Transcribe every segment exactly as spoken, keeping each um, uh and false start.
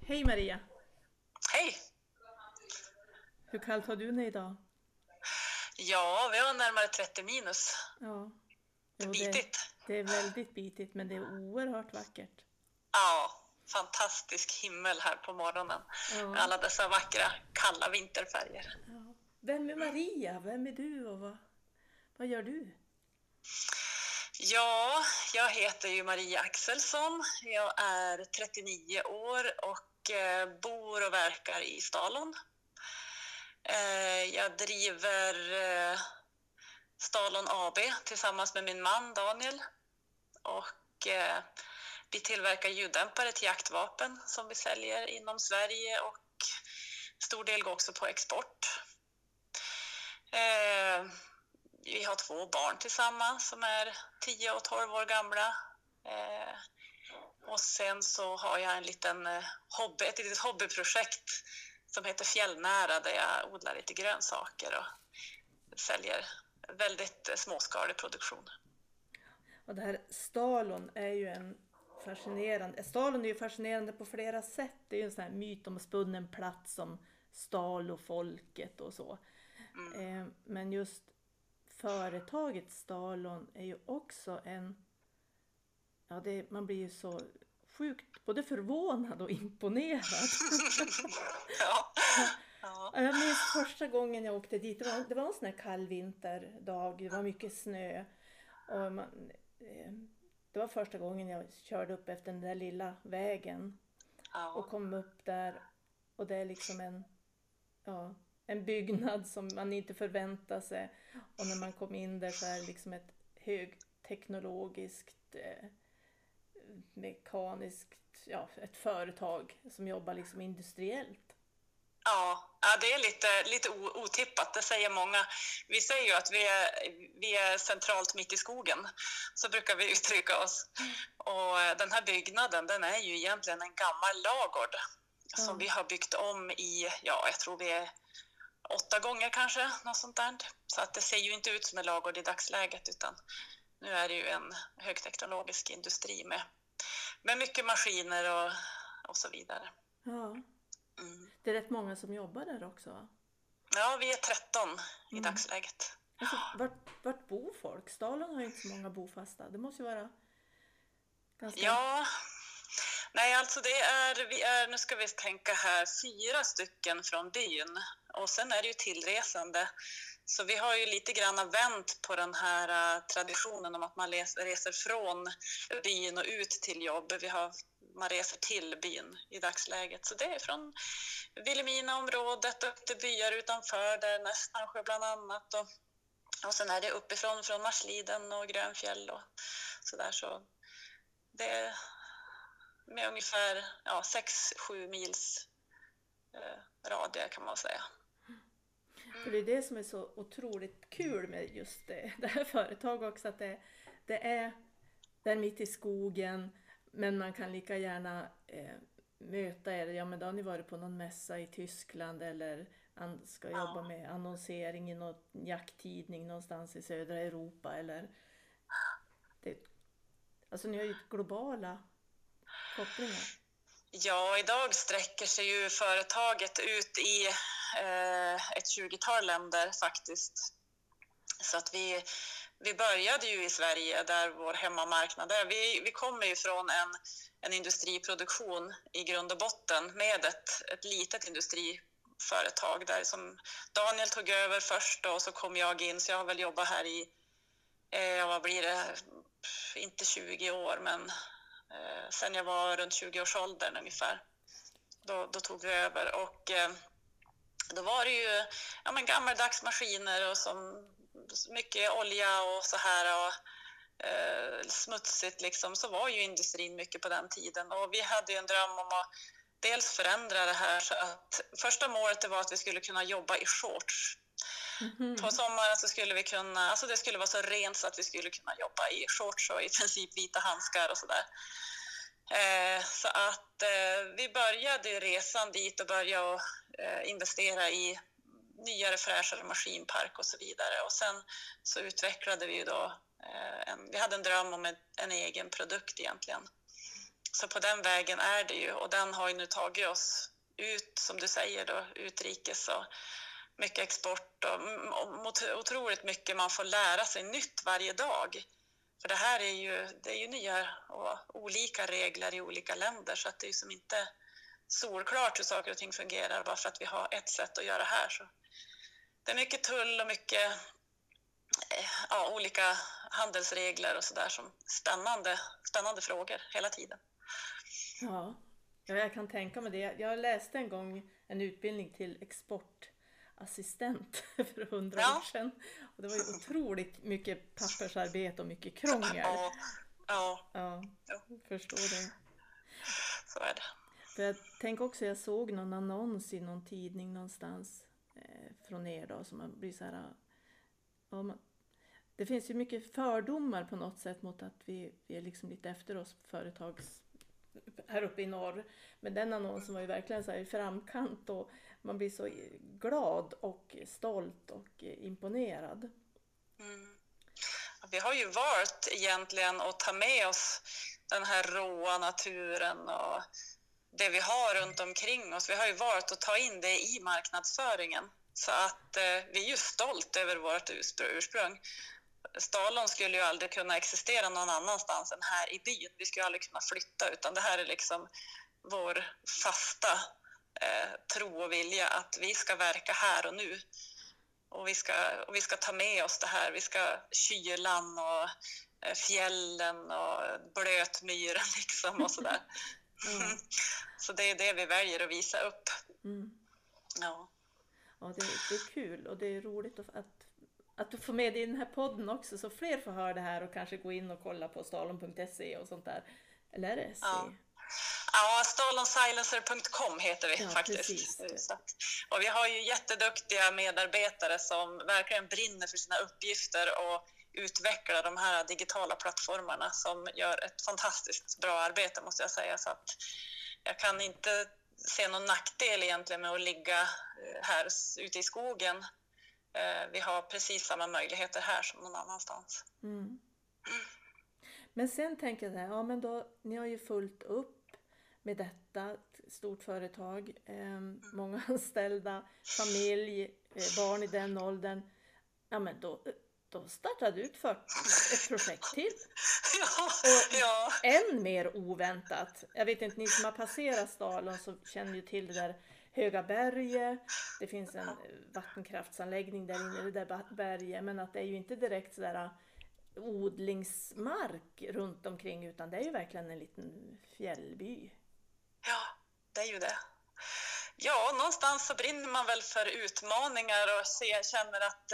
Hej Maria! Hej! Hur kallt har du det idag? Ja, vi har närmare trettio minus. Ja, Det är jo, det, bitigt. det är väldigt bitigt men det är oerhört vackert. Ja, fantastisk himmel här på morgonen. Med Ja, alla dessa vackra, kalla vinterfärger. ja. Vem är Maria? Vem är du och vad, vad gör du? Ja, jag heter ju Maria Axelsson. Jag är trettionio år och eh, bor och verkar i Stalon. Eh, jag driver eh, Stalon A B tillsammans med min man Daniel. Och eh, vi tillverkar ljuddämpare till jaktvapen som vi säljer inom Sverige och stor del går också på export. Eh, vi har två barn tillsammans som är tio och tolv år gamla. Eh, och sen så har jag en liten eh, hobby, ett litet hobbyprojekt som heter Fjällnära där jag odlar lite grönsaker och säljer väldigt eh, småskalig produktion. Och det här Stalon är ju en fascinerande, Stalon är ju fascinerande på flera sätt. Det är ju en sån här mytomspunnen plats som stal och folket och så. Mm. Eh, men just företaget Stalon är ju också en, ja det, man blir ju så sjukt både förvånad och imponerad. Ja. Ja. Ja, jag minns första gången jag åkte dit, det var, det var en sån här kall vinterdag, det var mycket snö. Och man, eh, det var första gången jag körde upp efter den där lilla vägen och Ja. kom upp där och det är liksom en, ja, en byggnad som man inte förväntar sig. Och när man kom in där så är det liksom ett högteknologiskt, eh, mekaniskt, ja, ett företag som jobbar liksom industriellt. Ja, ja, det är lite, lite o- otippat, det säger många. Vi säger ju att vi är, vi är centralt mitt i skogen, så brukar vi uttrycka oss. Och den här byggnaden, den är ju egentligen en gammal lagård som Ja. vi har byggt om i, ja, jag tror vi är åtta gånger kanske, något sånt där. Så att det ser ju inte ut som en lagård i dagsläget, utan nu är det ju en högteknologisk industri med, med mycket maskiner och, och så vidare. Ja, Mm. det är rätt många som jobbar där också, va? Ja, vi är tretton i Mm. dagsläget. Alltså, vart, vart bor folk? Stalon har ju inte så många bofasta. Det måste ju vara ganska... Ja, nej alltså det är, vi är, nu ska vi tänka här, fyra stycken från byn och sen är det ju tillresande. Så vi har ju lite grann vänt på den här uh, traditionen om att man les, reser från byn och ut till jobb. Vi har, man reser till byn i dagsläget. Så det är från Vilhelmina-området upp till byar utanför där, Nästansjö bland annat. Och, och sen är det uppifrån från Marsliden och Grönfjäll och sådär. Så det är med ungefär ja, sex sju mils eh, radie kan man säga. För det är det som är så otroligt kul med just det, det här företaget också. Att det, det är där mitt i skogen, men man kan lika gärna eh, möta er. Ja, men då har ni varit på någon mässa i Tyskland eller an, ska jobba Ja. med annonsering i någon jakttidning någonstans i södra Europa. Eller det, alltså ni har ju globala kopplingar. Ja, idag sträcker sig ju företaget ut i eh, ett tjugotal länder faktiskt. Så att vi, vi började ju i Sverige där vår hemmamarknad är. Vi, vi kommer ju från en, en industriproduktion i grund och botten med ett, ett litet industriföretag där som Daniel tog över först och så kom jag in. Så jag har väl jobbat här i, eh, vad blir det, inte tjugo år men eh, sen jag var runt tjugo-årsåldern ungefär. Då, då tog vi över och eh, då var det ju ja, men gammaldags maskiner och som mycket olja och så här och eh, smutsigt liksom, så var ju industrin mycket på den tiden och vi hade ju en dröm om att dels förändra det här så att första målet det var att vi skulle kunna jobba i shorts. Mhm. På sommaren så skulle vi kunna, alltså det skulle vara så rent så att vi skulle kunna jobba i shorts och i princip vita handskar och sådär. Eh, så att eh, vi började resan dit och började eh, investera i nyare fräschare maskinpark och så vidare. Och sen så utvecklade vi ju då, eh, en, vi hade en dröm om en, en egen produkt egentligen. Så på den vägen är det ju, och den har ju nu tagit oss ut, som du säger då, utrikes och mycket export och otroligt mycket man får lära sig nytt varje dag. För det här är ju, det är ju nya och olika regler i olika länder, så att det är ju som inte solklart hur saker och ting fungerar bara för att vi har ett sätt att göra här. Så det är mycket tull och mycket ja, olika handelsregler och sådär, som spännande, spännande frågor hela tiden. Ja, jag kan tänka mig det. Jag läste en gång en utbildning till exportassistent för hundra ja. år sedan. Och det var ju otroligt mycket pappersarbete och mycket krångel. Ja, ja. ja jag förstår det. Så är det. För jag tänker också, jag såg någon annons i någon tidning någonstans eh, från er då, som man blir så här... Ja, man, det finns ju mycket fördomar på något sätt mot att vi, vi är liksom lite efter oss företags här uppe i norr. Men den annonsen var ju verkligen så här i framkant, och man blir så glad och stolt och imponerad. Mm. Vi har ju valt egentligen att ta med oss den här råa naturen och det vi har runt omkring oss. Vi har ju valt att ta in det i marknadsföringen. Så att eh, vi är ju stolt över vårt ursprung. Stalon skulle ju aldrig kunna existera någon annanstans än här i byn. Vi skulle aldrig kunna flytta, utan det här är liksom vår fasta eh, tro och vilja att vi ska verka här och nu. Och vi ska, och vi ska ta med oss det här. Vi ska kylan och eh, fjällen och blötmyren liksom och sådär. Mm. Så det är det vi väljer att visa upp. Mm. Ja. Ja, det, det är kul och det är roligt att, att, att du får med i den här podden också, så fler får höra det här och kanske gå in och kolla på stalon punkt se och sånt där. Eller är det S C? Ja, ja stalon silencer punkt com heter vi ja, faktiskt. Precis. Och vi har ju jätteduktiga medarbetare som verkligen brinner för sina uppgifter och utvecklar de här digitala plattformarna som gör ett fantastiskt bra arbete, måste jag säga. Så att jag kan inte se någon nackdel egentligen med att ligga här ute i skogen. Vi har precis samma möjligheter här som någon annanstans. Mm. Mm. Men sen tänker jag så här, ja men då, ni har ju fullt upp med detta, ett stort företag, eh, mm. många anställda, familj, eh, barn i den åldern. Ja men då, då startade du ut för ett projekt till. Ja, och ja. Än mer oväntat. Jag vet inte, ni som har passerat Stalon så känner ju till det där höga berget. Det finns en vattenkraftsanläggning där inne i det där berget. Men att det är ju inte direkt sådär odlingsmark runt omkring, utan det är ju verkligen en liten fjällby. Ja, det är ju det. Ja, någonstans så brinner man väl för utmaningar och ser, känner att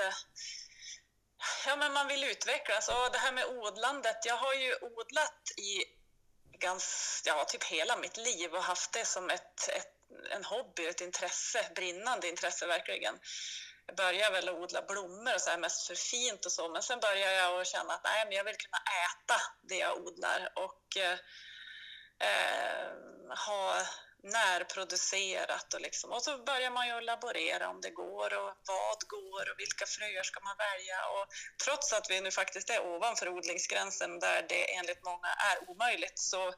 ja, men man vill utvecklas. Och det här med odlandet, jag har ju odlat i ganska, ja, typ hela mitt liv och haft det som ett, ett, en hobby, ett intresse, brinnande intresse verkligen. Jag började väl odla blommor och så här mest för fint och så, men sen började jag att känna att nej, men jag vill kunna äta det jag odlar och eh, ha närproducerat och liksom, och så börjar man ju laborera om det går och vad går och vilka fröer ska man välja, och trots att vi nu faktiskt är ovanför odlingsgränsen där det enligt många är omöjligt, så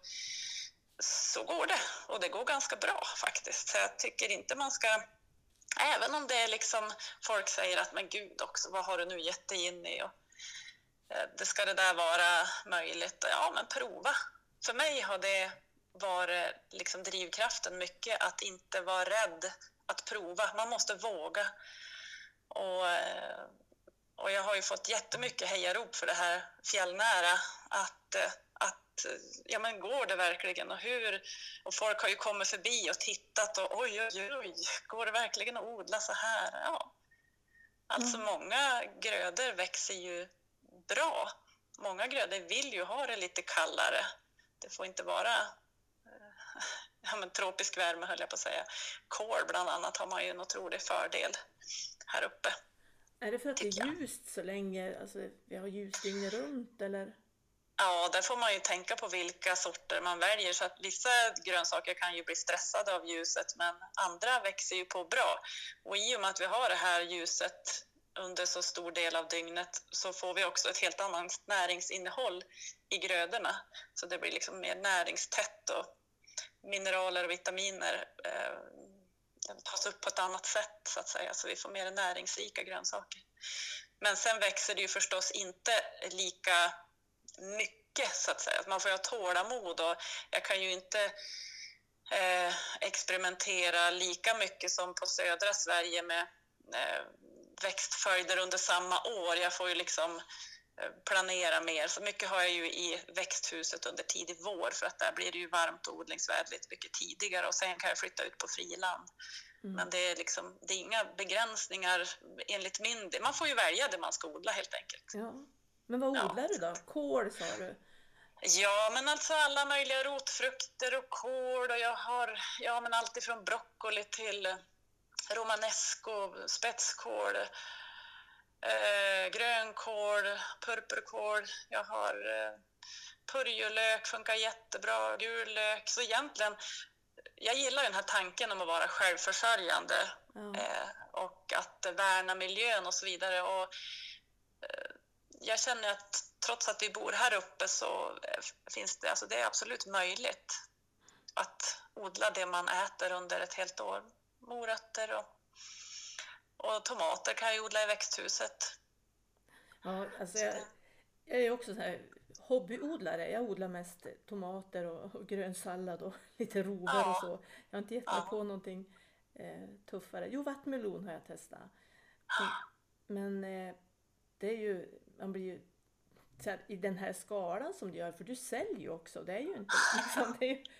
så går det, och det går ganska bra faktiskt. Så jag tycker inte man ska, även om det är liksom folk säger att men gud också, vad har du nu gett dig in i, och det ska det där vara möjligt, ja men prova. För mig har det var liksom drivkraften mycket, att inte vara rädd att prova. Man måste våga. Och, och jag har ju fått jättemycket hejarop för det här fjällnära. Att, att ja men går det verkligen och hur? Och folk har ju kommit förbi och tittat och oj, oj, oj, går det verkligen att odla så här? Ja. Alltså mm. många grödor växer ju bra. Många grödor vill ju ha det lite kallare. Det får inte vara ja, men tropisk värme, höll jag på att säga. Kål bland annat har man ju en otrolig fördel här uppe. Är det för att det är ljust så länge, alltså vi har ljus dygnet runt eller? Ja, där får man ju tänka på vilka sorter man väljer, så att vissa grönsaker kan ju bli stressade av ljuset, men andra växer ju på bra. Och i och med att vi har det här ljuset under så stor del av dygnet, så får vi också ett helt annat näringsinnehåll i grödorna. Så det blir liksom mer näringstätt och mineraler och vitaminer eh, tas upp på ett annat sätt så att säga. Så vi får mer näringsrika grönsaker. Men sen växer det ju förstås inte lika mycket så att säga. Man får ju ha tålamod och jag kan ju inte eh, experimentera lika mycket som på södra Sverige med eh, växtföljder under samma år. Jag får ju liksom planera mer. Så mycket har jag ju i växthuset under tidig vår för att där blir det ju varmt och odlingsvänligt mycket tidigare och sen kan jag flytta ut på friland. Mm. Men det är liksom, det är inga begränsningar enligt min del. Man får ju välja det man ska odla helt enkelt. Ja. Men vad odlar ja. du då? Kål sa du? Ja, men alltså alla möjliga rotfrukter och kål och jag har ja, men allt ifrån broccoli till romanesco, spetskål, eh, grönkål, purpurkål. Jag har eh, purjolök, funkar jättebra, gul lök. Så egentligen, jag gillar den här tanken om att vara självförsörjande mm. eh, och att värna miljön och så vidare. Och, eh, jag känner att trots att vi bor här uppe så finns det, alltså det är absolut möjligt att odla det man äter under ett helt år. Morötter och, och tomater kan jag odla i växthuset. Ja, alltså jag, jag är också så här hobbyodlare. Jag odlar mest tomater och, och grön sallad och lite rover ja. och så. Jag har inte gett mig ja. på någonting eh, tuffare. Jo, vattmelon har jag testat. Så, men eh, det är ju, man blir ju så här, i den här skalan som du gör, för du säljer ju också. Det är ju inte liksom, det är ju...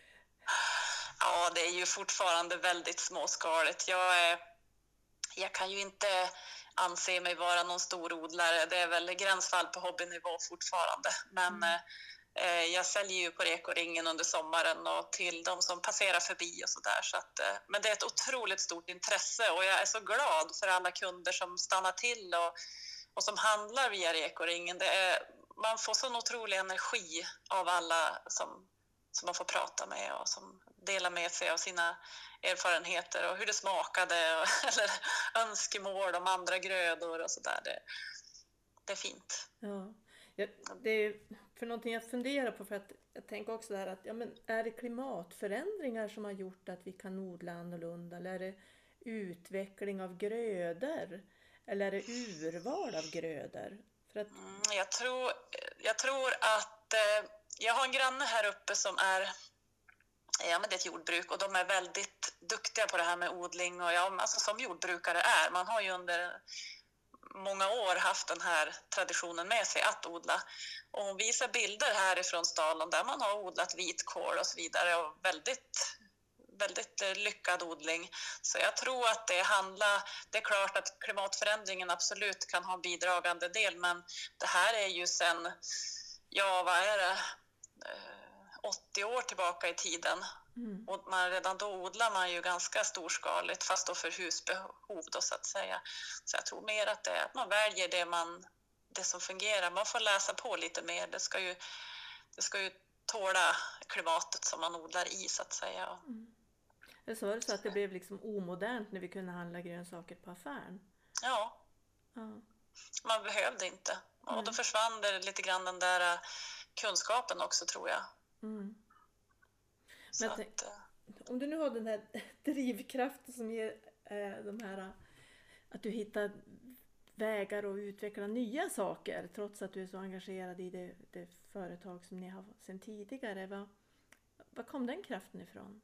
Ja, det är ju fortfarande väldigt småskaligt. Jag, är, jag kan ju inte anse mig vara någon stor odlare. Det är väl gränsfall på hobbynivå fortfarande. Men mm. eh, jag säljer ju på Reko-ringen under sommaren och till de som passerar förbi och sådär. Så att, eh, men det är ett otroligt stort intresse och jag är så glad för alla kunder som stannar till och, och som handlar via Reko-ringen. Det är, man får sån otrolig energi av alla som, som man får prata med och som dela med sig av sina erfarenheter och hur det smakade och, eller önskemål om andra grödor och sådär. Det, det är fint. Ja, ja, det är för någonting jag funderar på, för att jag tänker också där att ja, men är det klimatförändringar som har gjort att vi kan odla annorlunda, eller är det utveckling av grödor eller är det urval av grödor? För att... mm, jag, tror, jag tror att eh, jag har en granne här uppe som är Ja, men det är ett jordbruk och de är väldigt duktiga på det här med odling och ja, alltså som jordbrukare är. Man har ju under många år haft den här traditionen med sig att odla. Och hon visar bilder härifrån Stalon där man har odlat vitkål och så vidare och väldigt, väldigt lyckad odling. Så jag tror att det handlar, det är klart att klimatförändringen absolut kan ha en bidragande del, men det här är ju sen, ja vad är det? åttio år tillbaka i tiden. Mm. Och man, redan då odlar man ju ganska storskaligt, fast då för husbehov då, så att säga. Så jag tror mer att det är att man väljer det, man, det som fungerar. Man får läsa på lite mer. Det ska ju, det ska ju tåla klimatet som man odlar i, så att säga. Mm. Det så var det så att det blev liksom omodernt när vi kunde handla grönsaker på affären? Ja. ja. Man behövde inte. Och mm. då försvann det lite grann den där kunskapen också, tror jag. Mm. Men att, om du nu har den här drivkraften som ger eh, de här, att du hittar vägar och utveckla nya saker trots att du är så engagerad i det, det företag som ni har sedan tidigare, vad, vad kom den kraften ifrån?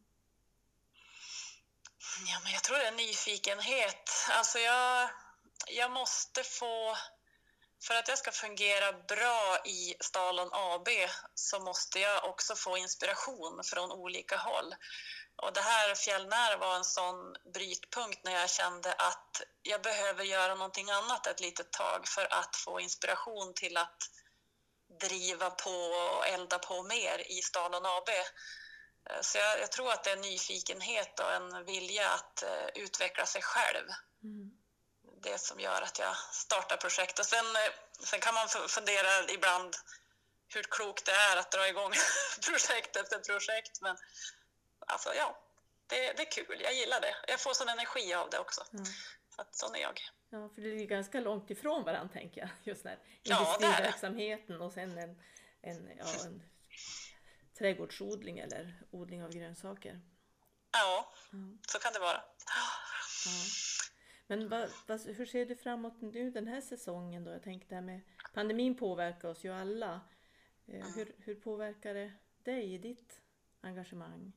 Ja, men jag tror det är nyfikenhet. Alltså jag, jag måste få... För att jag ska fungera bra i Stalon A B så måste jag också få inspiration från olika håll. Och det här fjällnära var en sån brytpunkt när jag kände att jag behöver göra någonting annat ett litet tag för att få inspiration till att driva på och elda på mer i Stalon A B. Så jag, jag tror att det är nyfikenhet och en vilja att uh, utveckla sig själv. Mm. Det som gör att jag startar projekt. Och sen, sen kan man fundera ibland hur klokt det är att dra igång projekt efter projekt. Men alltså ja, det, det är kul. Jag gillar det. Jag får sån energi av det också. Mm. Så att sån är jag. Ja, för det är ganska långt ifrån varandra, tänker jag. Just när Ja, det är det. industriverksamheten och sen en, en, ja, en trädgårdsodling eller odling av grönsaker. Ja, Ja. så kan det vara. Ja. Men vad, vad, hur ser du framåt nu den här säsongen då? Jag tänkte det här med pandemin påverkar oss ju alla. Eh, Mm. hur, hur påverkar det dig i ditt engagemang?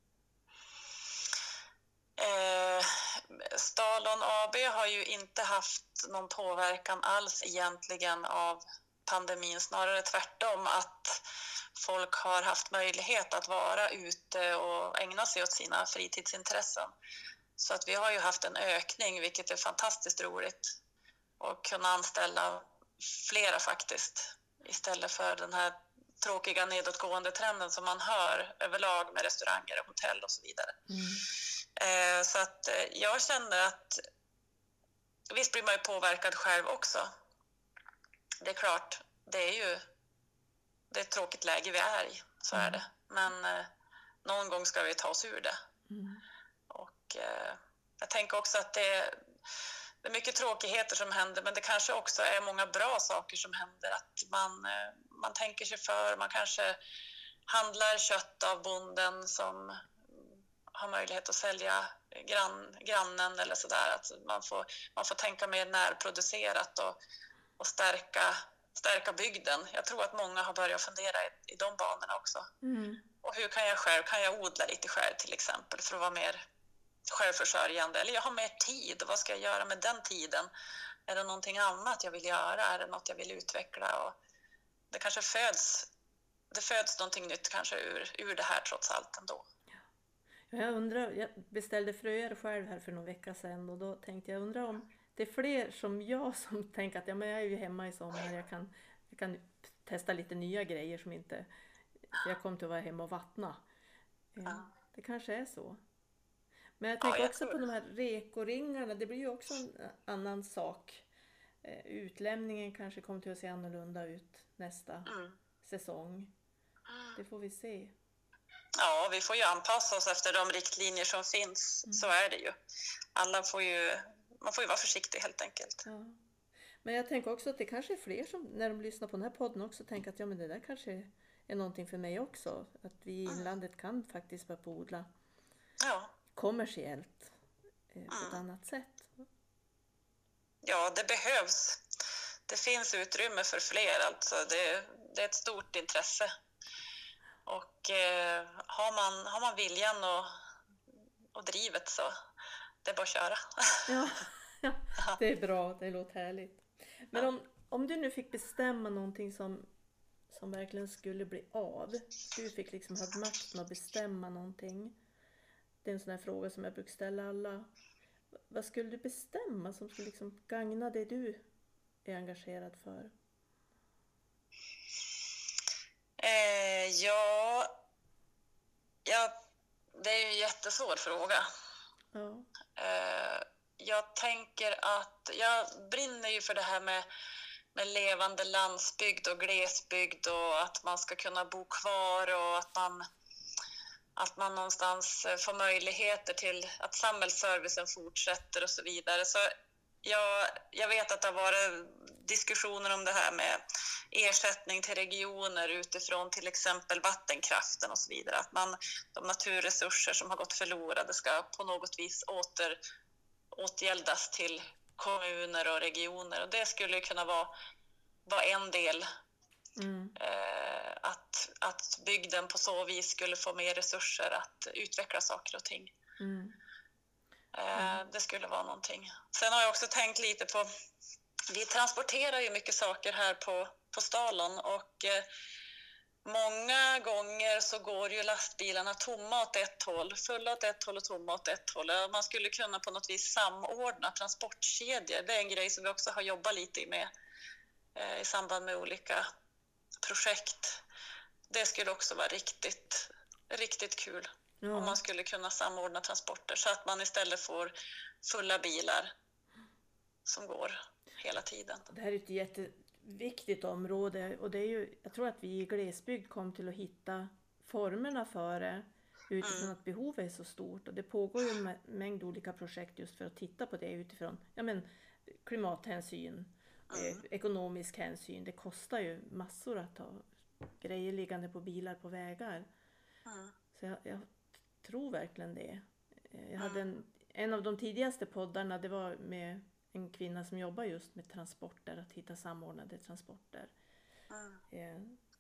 Eh, Stalon A B har ju inte haft någon påverkan alls egentligen av pandemin, snarare tvärtom, att folk har haft möjlighet att vara ute och ägna sig åt sina fritidsintressen. Så att vi har ju haft en ökning, vilket är fantastiskt roligt, och kunna anställa flera faktiskt, istället för den här tråkiga nedåtgående trenden som man hör överlag med restauranger och hotell och så vidare. Mm. Eh, så att eh, jag känner att visst blir man ju påverkad själv också. Det är klart, det är ju det är ett tråkigt läge vi är i, så är det. Men eh, någon gång ska vi ta oss ur det. Mm. Och eh, jag tänker också att det är, det är mycket tråkigheter som händer, men det kanske också är många bra saker som händer. Att man, eh, man tänker sig för, man kanske handlar kött av bonden som har möjlighet att sälja grann, grannen eller sådär. Att man får, man får tänka mer närproducerat och, och stärka, stärka bygden. Jag tror att många har börjat fundera i, i de banorna också. Mm. Och hur kan jag själv, kan jag odla lite själv till exempel för att vara mer självförsörjande? Eller jag har mer tid, vad ska jag göra med den tiden? Är det någonting annat jag vill göra? Är det något jag vill utveckla? Och det kanske föds, det föds någonting nytt kanske ur, ur det här trots allt ändå. Jag undrar, jag beställde fröer själv här för någon vecka sedan och då tänkte jag undra om det är fler som jag som tänker att ja, men jag är ju hemma i sommar, jag kan, jag kan testa lite nya grejer som inte, för jag kommer till att vara hemma och vattna. Ja. Det kanske är så. Men jag tänker Ja, jag också tror. på de här rekoringarna, det blir ju också en annan sak. Utlämningen kanske kommer till att se annorlunda ut nästa Mm. säsong. Det får vi se. Ja, vi får ju anpassa oss efter de riktlinjer som finns. Mm. Så är det ju. Alla får ju, man får ju vara försiktig helt enkelt. Ja. Men jag tänker också att det kanske är fler som när de lyssnar på den här podden också tänker att ja, men det där kanske är någonting för mig också. Att vi i inlandet kan faktiskt börja odla Ja. kommersiellt eh, på ett Mm. annat sätt. Ja, det behövs. Det finns utrymme för fler. Alltså. Det, det är ett stort intresse. Och eh, har, man, har man viljan och, och drivet så det är bara att köra. Ja, ja, det är bra. Det låter härligt. Men om, om du nu fick bestämma någonting som, som verkligen skulle bli av. Du fick liksom ha makten att bestämma någonting. Det är en sån här fråga som jag brukar ställa alla. Vad skulle du bestämma som skulle liksom gagna det du är engagerad för? Eh, ja, ja, det är ju en jättesvår fråga. Ja. Eh, jag tänker att jag brinner ju för det här med, med levande landsbygd och glesbygd och att man ska kunna bo kvar och att man, att man någonstans får möjligheter till att samhällsservicen fortsätter och så vidare. Så jag, jag vet att det har varit diskussioner om det här med ersättning till regioner utifrån till exempel vattenkraften och så vidare. Att man, de naturresurser som har gått förlorade ska på något vis åter, åtgäldas till kommuner och regioner. Och det skulle kunna vara, vara en del. Mm. Eh, att, att bygden på så vis skulle få mer resurser att utveckla saker och ting. Mm. Eh, det skulle vara någonting. Sen har jag också tänkt lite på, vi transporterar ju mycket saker här på, på Stalon och eh, många gånger så går ju lastbilarna tomma åt ett håll, fulla åt ett håll och tomma åt ett håll. Man skulle kunna på något vis samordna transportkedjor. Det är en grej som vi också har jobbat lite med eh, i samband med olika projekt. Det skulle också vara riktigt, riktigt kul. Ja. Om man skulle kunna samordna transporter så att man istället får fulla bilar som går hela tiden. Det här är ett jätteviktigt område och det är ju, jag tror att vi i glesbygd kom till att hitta formerna för det. utifrån Mm. att behovet är så stort. Och det pågår ju en mängd olika projekt just för att titta på det utifrån ja, men, klimathänsyn, Mm. eh, ekonomisk hänsyn. Det kostar ju massor att ha grejer liggande på bilar på vägar. Mm. Så jag, jag tror verkligen det. Eh, Jag hade en, en av de tidigaste poddarna, det var med en kvinna som jobbar just med transporter, att hitta samordnade transporter. Mm. Eh,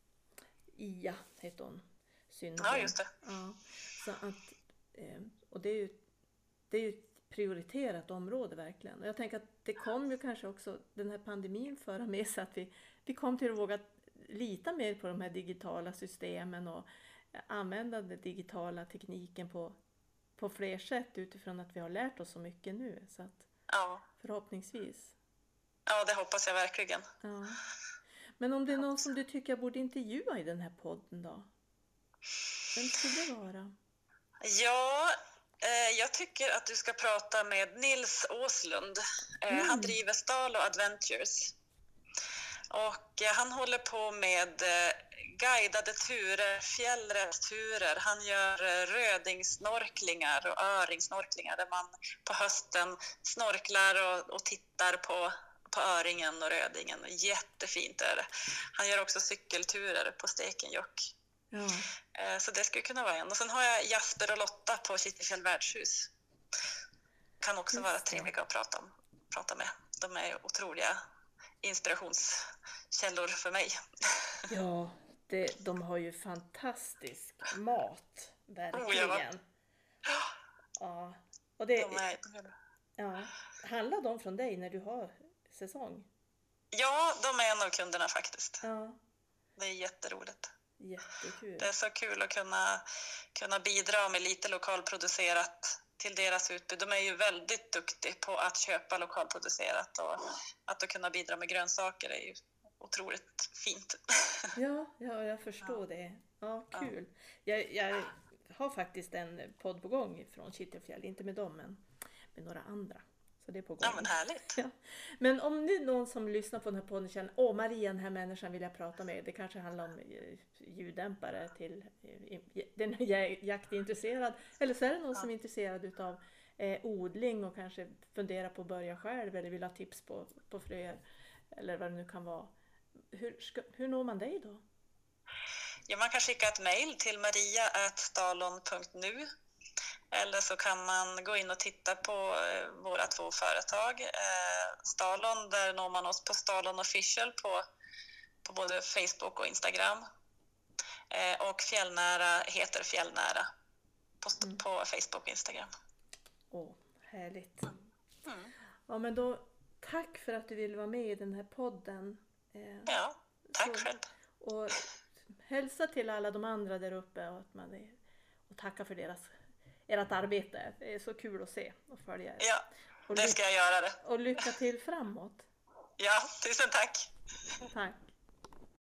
Ia heter hon. Synnerholm. Ja, just det. Ja, så att, eh, och det är ju det är ju ett prioriterat område verkligen. Och jag tänker att det kom ju kanske också den här pandemin föra med sig att vi, vi kom till att våga lita mer på de här digitala systemen och använda den digitala tekniken på, på fler sätt utifrån att vi har lärt oss så mycket nu. Så att Ja. förhoppningsvis. Ja, det hoppas jag verkligen. Ja. Men om det är någon som du tycker jag borde intervjua i den här podden då? Vem skulle det vara? Ja, eh, jag tycker att du ska prata med Nils Åslund. Eh, Mm. Han driver Stalo Adventures. Och eh, han håller på med eh, guidade turer, fjällrättsturer. Han gör eh, rödingsnorklingar och öringsnorklingar där man på hösten snorklar och, och tittar på, på öringen och rödingen. Jättefint är det. Han gör också cykelturer på Stekenjokk. Ja. Eh, Så det skulle kunna vara en. Och sen har jag Jasper och Lotta på Kittelfjäll värdshus. Kan också Just vara det. trevliga att prata, om, prata med. De är otroliga inspirationskällor för mig. Ja, det, de har ju fantastisk mat. Verkligen. Oh, ja, va? Ja. Och det, De är, de är, ja. Handlar de från dig när du har säsong? ja, de är en av kunderna faktiskt. Ja, Det är jätteroligt. jättekul. Det är så kul att kunna, kunna bidra med lite lokalproducerat till deras utbud. De är ju väldigt duktiga på att köpa lokalproducerat och att då kunna bidra med grönsaker är ju otroligt fint. Ja, ja, jag förstår det. Ja, kul. Jag, jag har faktiskt en podd på gång från Kittelfjäll, inte med dem men med några andra. Så det är på gång. Ja, men härligt. Ja. Men om nu någon som lyssnar på den här podden känner, åh Maria, den här människan vill jag prata med. Det kanske handlar om eh, ljuddämpare till eh, den är jaktintresserad. Eller så är det någon Ja. som är intresserad utav eh, odling och kanske funderar på att börja själv eller vill ha tips på, på fröer. Eller vad det nu kan vara. Hur, ska, hur når man dig då? Ja, man kan skicka ett mejl till maria at stalon punkt nu. Eller så kan man gå in och titta på eh, våra två företag. Eh, Stalon, där når man oss på Stalon Official på, på både Facebook och Instagram. Eh, och Fjällnära heter Fjällnära på, Mm. på Facebook och Instagram. Åh, härligt. Mm. Ja, men då tack för att du ville vara med i den här podden. Eh, Ja, tack så- själv. Och hälsa till alla de andra där uppe och, att man är, och tacka för deras, ert arbete. Det är så kul att se och följa er. Ja, och, det ly- ska jag göra det. och lycka till framåt. Ja, tusen tack. Tack.